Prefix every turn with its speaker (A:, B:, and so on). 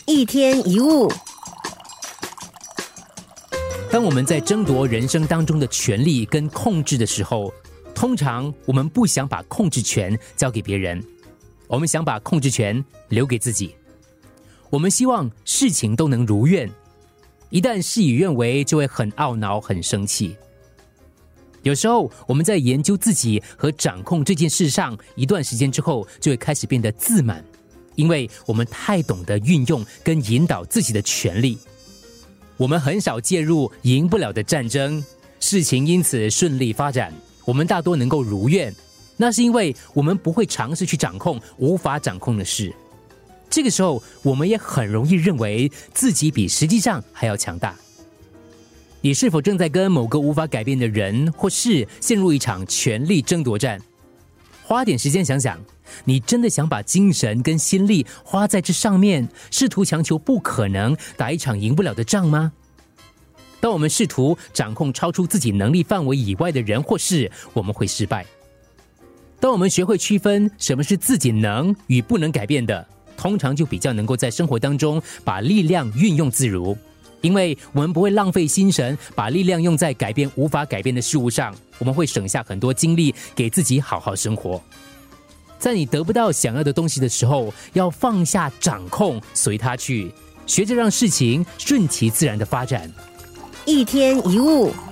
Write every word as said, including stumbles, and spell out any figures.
A: 一天一物。
B: 当我们在争夺人生当中的权利跟控制的时候，通常我们不想把控制权交给别人，我们想把控制权留给自己。我们希望事情都能如愿，一旦事与愿违，就会很懊恼、很生气。有时候我们在研究自己和掌控这件事上一段时间之后，就会开始变得自满，因为我们太懂得运用跟引导自己的权利。我们很少介入赢不了的战争，事情因此顺利发展，我们大多能够如愿，那是因为我们不会尝试去掌控无法掌控的事。这个时候我们也很容易认为自己比实际上还要强大。你是否正在跟某个无法改变的人或事陷入一场权力争夺战？花点时间想想，你真的想把精神跟心力花在这上面，试图强求不可能打一场赢不了的仗吗？当我们试图掌控超出自己能力范围以外的人或事，我们会失败。当我们学会区分什么是自己能与不能改变的，通常就比较能够在生活当中把力量运用自如，因为我们不会浪费心神把力量用在改变无法改变的事物上，我们会省下很多精力给自己好好生活。在你得不到想要的东西的时候，要放下掌控，随它去，学着让事情顺其自然的发展。
A: 一天一物。